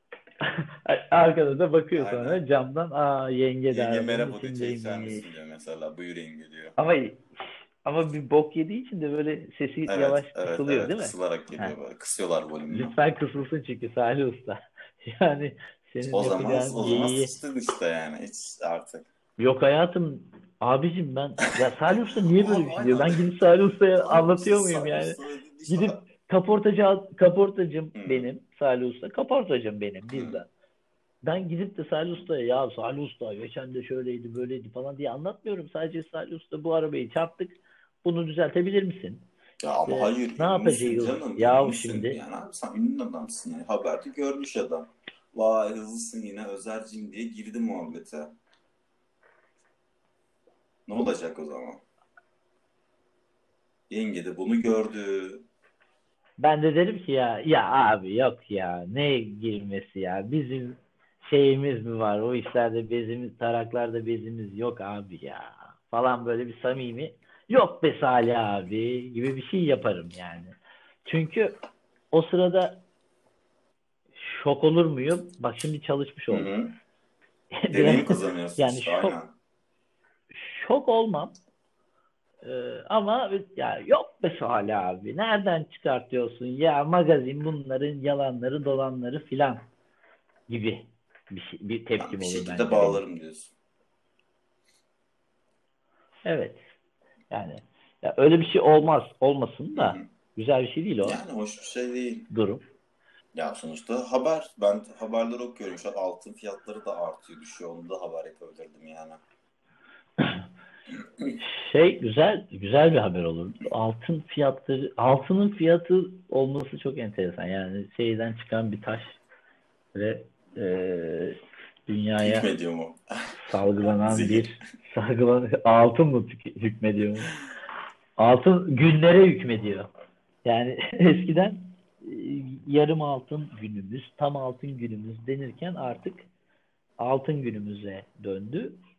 arkada da bakıyor Aynen. sonra camdan aa yenge de Yenge arabanın merhaba diyor. Çay içer içindeymiş. misin diyor mesela. Buyur yenge diyor. Ama ama bir bok yediği için de böyle sesi Evet, yavaş evet, kısılıyor evet. değil mi? Kısılarak Heh. geliyor böyle. Kısıyorlar volümünü. Lütfen kısılsın çünkü Salih Usta. Yani senin yapacağın O zaman geyiği. sıçtın işte yani. Hiç artık. Yok hayatım abicim ben ya Salih Usta niye böyle Abi bir şey diyor? aynen. Ben gidip Salih Usta'ya Abi işte anlatıyor muyum Salih yani? Usta dedi işte. Gidip kaportacım Hı, benim Salih Usta. Kaportacım benim hı. bizden. Ben gidip de Salih Usta'ya ya Salih Usta geçen de şöyleydi böyleydi falan diye anlatmıyorum. Sadece Salih Usta bu arabayı çarptık. Bunu düzeltebilir misin? Ya ama İşte hayır ne ünlüsün yapacağız? canım. Ya Ünlüsün. şimdi Yani abi sen ünlü adamsın yani. Haberde görmüş adam. Vay hızlısın yine Özercim diye girdi muhabbete. Ne olacak o zaman? Yenge de bunu gördü. ben de derim ki ya abi yok ya ne girmesi ya bizim şeyimiz mi var o işlerde bezimiz taraklarda bezimiz yok abi ya falan böyle bir samimi yok be Salih abi gibi bir şey yaparım yani. Çünkü o sırada şok olur muyum? Bak şimdi çalışmış Hı oldum. hı. Biraz Deneyim kazanıyorsun yani işte aynen. şok olmam. Ama ya yok be Salih abi nereden çıkartıyorsun ya magazin bunların yalanları dolanları filan gibi bir Ben tepkim bir olur şekilde bence benim. bağlarım diyorsun. Evet yani ya öyle bir şey olmasın Hı da hı. güzel bir şey değil o Yani hoş bir şey değil. durum. Ya sonuçta haber. Ben haberleri okuyorum. Şu an altın fiyatları da artıyor, düşüyor. Onu da haber yapabilirdim yani. Güzel bir haber olur. Altının fiyatı olması çok enteresan. Yani şeyden çıkan bir taş ve e, dünyaya Hükmediyor mu? salgılanan Zehir. bir altın mı hükmediyor? Altın günlere hükmediyor. Yani eskiden e, yarım altın günümüz, tam altın günümüz denirken artık altın günümüze döndü.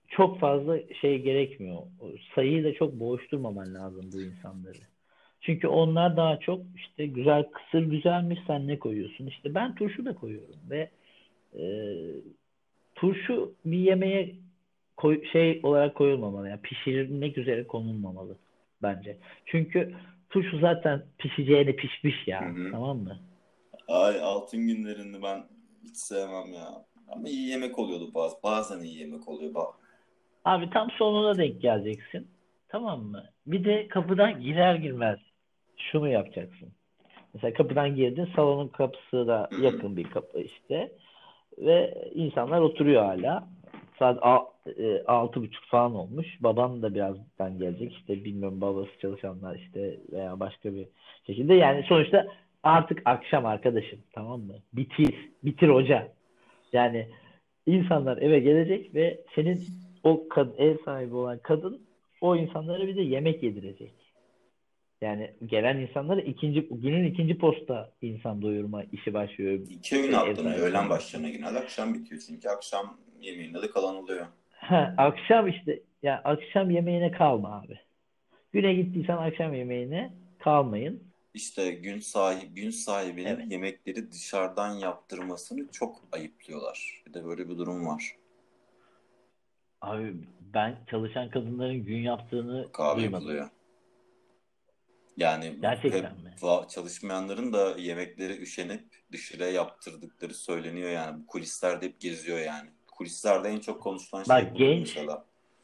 çok fazla şey gerekmiyor. Sayıyı da çok boğuşturmaman lazım bu insanları. Çünkü onlar daha çok işte güzel kısır güzelmiş sen ne koyuyorsun? İşte ben turşu da koyuyorum ve e, turşu bir yemeğe şey olarak koyulmamalı. Yani pişirilmek üzere konulmamalı bence. Çünkü turşu zaten pişeceğine pişmiş Hı ya. hı. Tamam mı? Ay, altın günlerini ben hiç sevmem ya. Ama iyi yemek oluyordu bazen iyi yemek oluyor. Abi tam sonuna denk geleceksin. Tamam mı? Bir de kapıdan girer girmez şunu yapacaksın. Mesela kapıdan girdin, salonun kapısı da Hı hı. yakın bir kapı işte. Ve insanlar oturuyor hala. Saat 6:30 falan olmuş. Babam da birazdan gelecek. İşte bilmiyorum babası çalışanlar işte veya başka bir şekilde. Yani sonuçta artık akşam arkadaşım. Tamam mı? Bitir. Bitir hoca. Yani insanlar eve gelecek ve senin o ev sahibi olan kadın o insanlara bir de yemek yedirecek. Yani gelen insanlara günün ikinci posta insan doyurma işi başlıyor İki öğün ev atlanıyor. sahibi Öğlen sayılırsa. başlarına genelde akşam bitiyor. Çünkü akşam yemeğinde de kalan oluyor. Ha, akşam işte ya akşam yemeğine kalma abi. Güne gittiysen akşam yemeğine kalmayın. İşte gün sahibinin Evet. yemekleri dışarıdan yaptırmasını çok ayıplıyorlar. Bir de böyle bir durum var. Abi ben çalışan kadınların gün yaptığını Kahve duymadım. yapılıyor. Yani hep Gerçekten mi? çalışmayanların da yemekleri üşenip dışarıya yaptırdıkları söyleniyor yani. Bu kulislerde hep geziyor yani. Kulislerde en çok konuşulan şey Bak budur mesela.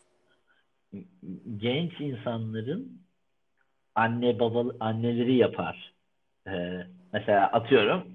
genç insanların anneleri yapar. Mesela atıyorum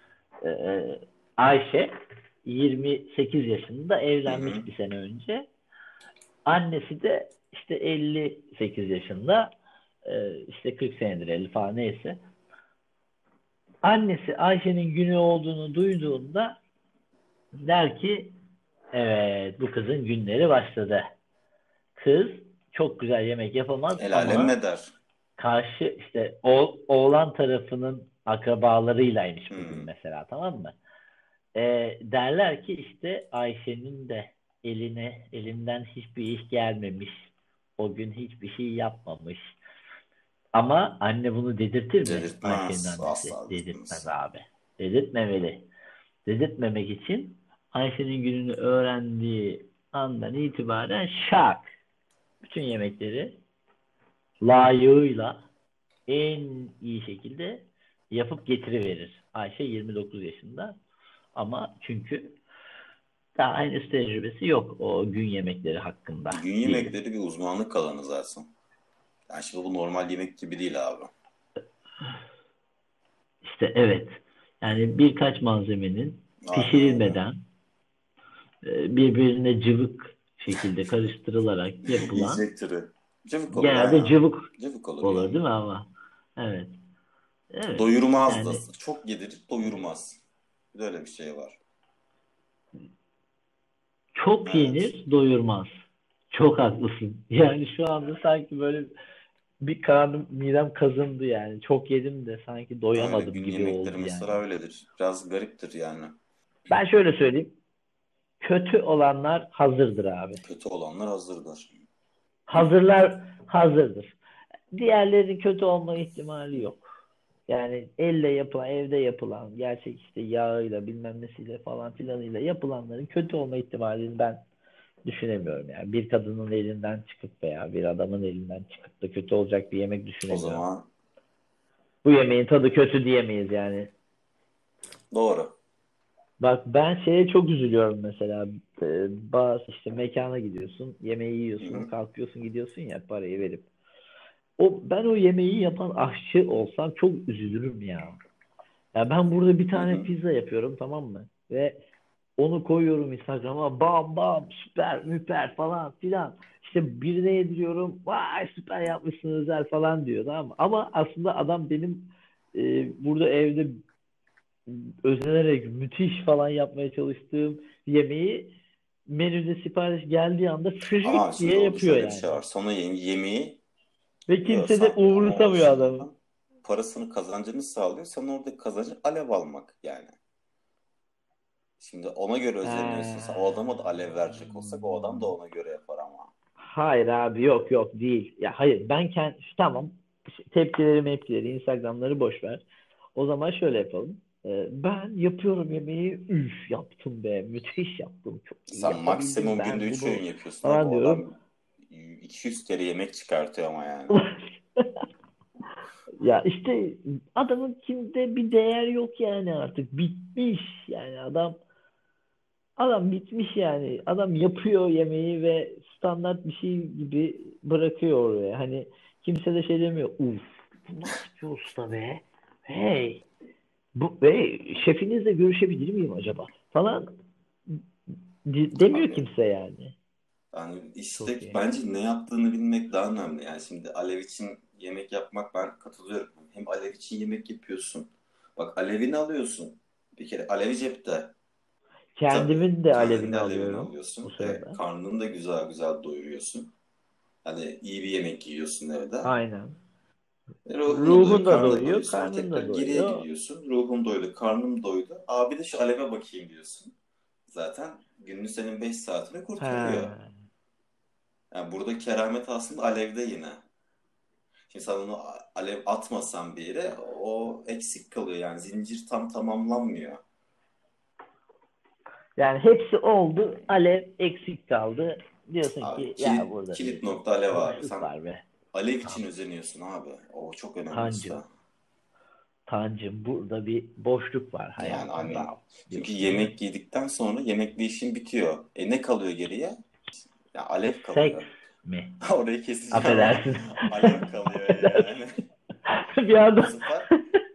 Ayşe 28 yaşında Hı hı. evlenmiş bir sene önce. Annesi de işte 58 yaşında işte 40 senedir 50 falan neyse. Annesi Ayşe'nin günü olduğunu duyduğunda der ki evet bu kızın günleri başladı. Kız çok güzel yemek yapamaz El alem ama ne der? karşı işte oğlan tarafının akrabalarıylaymış bugün Hı. mesela tamam mı? Derler ki işte Ayşe'nin de elinden hiçbir iş gelmemiş. O gün hiçbir şey yapmamış. Ama anne bunu dedirtir mi? Ayşe'nin Dedirtmez. annesi. Asla Dedirtmez dedirtmez. abi. Dedirtmemeli. Dedirtmemek için Ayşe'nin gününü öğrendiği andan itibaren şak. Bütün yemekleri layığıyla en iyi şekilde yapıp getiriverir. Ayşe 29 yaşında ama çünkü daha henüz tecrübesi yok o gün yemekleri hakkında Gün diyelim. yemekleri bir uzmanlık alanı zaten. Yani şimdi bu normal yemek gibi değil abi. İşte evet. Yani birkaç malzemenin Aynen öyle. pişirilmeden birbirine cıvık şekilde karıştırılarak yapılan Yiyecek türü. Cıvık olur genelde aynen. cıvık Cıvık olur olur yani. değil mi ama? Evet. Evet. Doyurmaz da. Yani Çok yedirir, doyurmaz. Bir de öyle bir şey var. çok Evet. yenir doyurmaz. Çok haklısın. Yani şu anda sanki böyle bir karnım midem kazındı yani. Çok yedim de sanki Öyle doyamadım gün gibi yemekleri oldu mesela yani. öyledir. Biraz gariptir yani. Ben şöyle söyleyeyim. Kötü olanlar hazırdır abi. Kötü olanlar hazırdır. Hazırlar hazırdır. Diğerlerinin kötü olma ihtimali yok. Yani elle yapılan, evde yapılan, gerçek işte yağıyla bilmem nesiyle falan filanıyla yapılanların kötü olma ihtimalini ben düşünemiyorum yani. Bir kadının elinden çıkıp veya bir adamın elinden çıkıp da kötü olacak bir yemek O düşünemiyorum. zaman Bu yemeğin tadı kötü diyemeyiz yani. doğru. Bak ben şeye çok üzülüyorum mesela. Bazı işte mekana gidiyorsun, yemeği Hı yiyorsun, hı. kalkıyorsun gidiyorsun ya parayı verip. Ben o yemeği yapan aşçı olsam çok üzülürüm ya. Ya ben burada bir Hı tane hı. pizza yapıyorum tamam mı? Ve onu koyuyorum Instagram'a bam bam süper müper falan filan. İşte birine yediriyorum vay süper yapmışsın özel falan diyor tamam mı? Ama aslında adam benim burada evde özenerek müthiş falan yapmaya çalıştığım yemeği menüde sipariş geldiği anda Ama fışık şimdi diye orada yapıyor şöyle bir şey yani. var. Sonra yemeği Ve kimse de yiyorsan o umursamıyor adamı. aşçının parasını kazancını sağlıyor. Sen orada kazancı alev almak yani. Şimdi ona göre özeniyorsun. Sen o adama da Ha. alev verecek olsak o adam da ona göre yapar ama. Hayır abi, yok yok değil. Ya hayır, ben tamam, tepkileri Instagram'ları boş ver. O zaman şöyle yapalım. Ben yapıyorum yemeği, üf yaptım be, müthiş yaptım, çok iyi Sen yapabildim maksimum günde ben 3 bunu öğün yapıyorsun abi. falan O diyorum. adam 200 kere yemek çıkartıyor ama yani. Ya işte adamın kimde bir değer yok yani, artık bitmiş yani adam bitmiş yani. Adam yapıyor yemeği ve standart bir şey gibi bırakıyor oraya. Hani kimse de şey demiyor. Uf, bu nasıl bir usta be? Hey, şefinizle görüşebilir miyim acaba? Falan demiyor Abi kimse yani. yani Çok işte iyi. bence ne yaptığını bilmek daha önemli. Yani şimdi Alev için yemek yapmak, ben katılıyorum. Hem Alev için yemek yapıyorsun. Bak alevini alıyorsun. Bir kere alevi cepte. Tabii. Kendimin de Kendin alevini de alevini alıyorum o alıyorsun. sırada. Karnını da güzel güzel doyuruyorsun. Hani iyi bir yemek yiyorsun evde. Aynen. Ruhun oluyor. Ruhun da Karnın doyuyor, doyuyor. Sonra karnın tekrar da geriye doyuyor. gidiyorsun. Ruhum doydu. Karnım doydu. Abi de şu aleve bakayım diyorsun. Zaten günün senin 5 saatini kurtarıyor. Ha. Yani burada keramet aslında alevde yine. Şimdi sen onu alev atmasan bir yere o eksik kalıyor. Yani zincir tam tamamlanmıyor. Yani hepsi oldu, alev eksik kaldı. Diyorsun Abi ki ya burada kilit bir nokta alev abi. boşluk Sen var be. alev Tamam. için özeniyorsun abi. O çok önemli Kancım, usta. Kancım burada bir boşluk var Yani aynen. hayatımda Çünkü diyorsun değil mi? yemek yedikten sonra yemekle işin bitiyor. Ne kalıyor geriye? Ya alev Seks kalıyor. mi? Orayı keseceğim ama Affedersin. alev kalıyor yani. Bir Bu anda sefer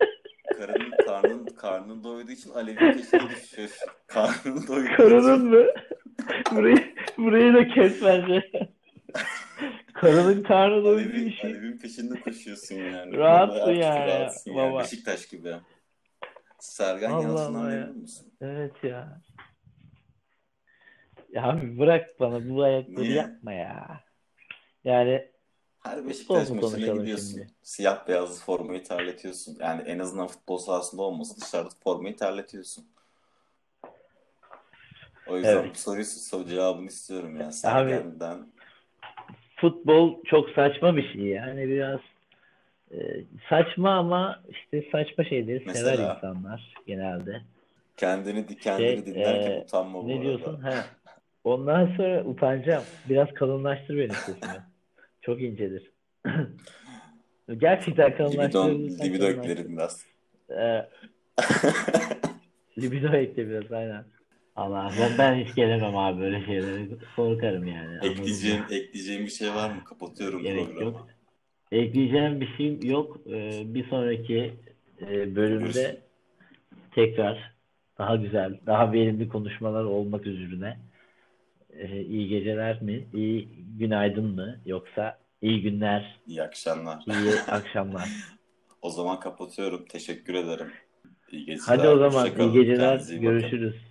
karnın doyduğu için alevin peşine düşüyorsun. Karnın doyduğu karının için mı? Burayı da kes bence. Karının karnı doyduğu için alevin peşinde koşuyorsun yani. rahatsın Artık yani rahatsın yani. baba. Beşiktaş gibi. Sergen Allah Yalçın'dan Allah ya. memnun musun? Evet ya. Ya abi bırak, bana bu ayakları Niye? yapma ya. Yani Her futbol Beşiktaş mu maçına konuşalım gidiyorsun. şimdi? Siyah beyazlı formayı terletiyorsun. Yani en azından futbol sahasında olmasa dışarıda formayı terletiyorsun. O yüzden Evet. bu cevabını istiyorum ya. Abi Sergen'den. futbol çok saçma bir şey yani, biraz saçma, ama işte saçma şeyleri sever Mesela insanlar genelde. kendini dinlerken utanma bu Ne diyorsun? arada. Ha. Ondan sonra utanacağım. Biraz kalınlaştır benim sesimi. Çok incedir. Gerçekten kalınlaştırırsan Libido eklerim kalınlaştır. biraz. E, libido ekle biraz, aynen. Allah, ben hiç gelemem abi böyle şeylere. Korkarım yani, anladın mı? Ekleyeceğim bir şey var mı? Kapatıyorum Gerek yok. programı. Ekleyeceğim bir şey yok. Bir sonraki Görüş. bölümde tekrar daha güzel, daha verimli konuşmalar olmak üzere. İyi geceler mi? İyi günaydın mı? Yoksa iyi günler, İyi akşamlar. iyi akşamlar. O zaman kapatıyorum. Teşekkür ederim. İyi Hadi geceler. o zaman Hoşça iyi kalın. geceler. Kendinize iyi bakın. Görüşürüz.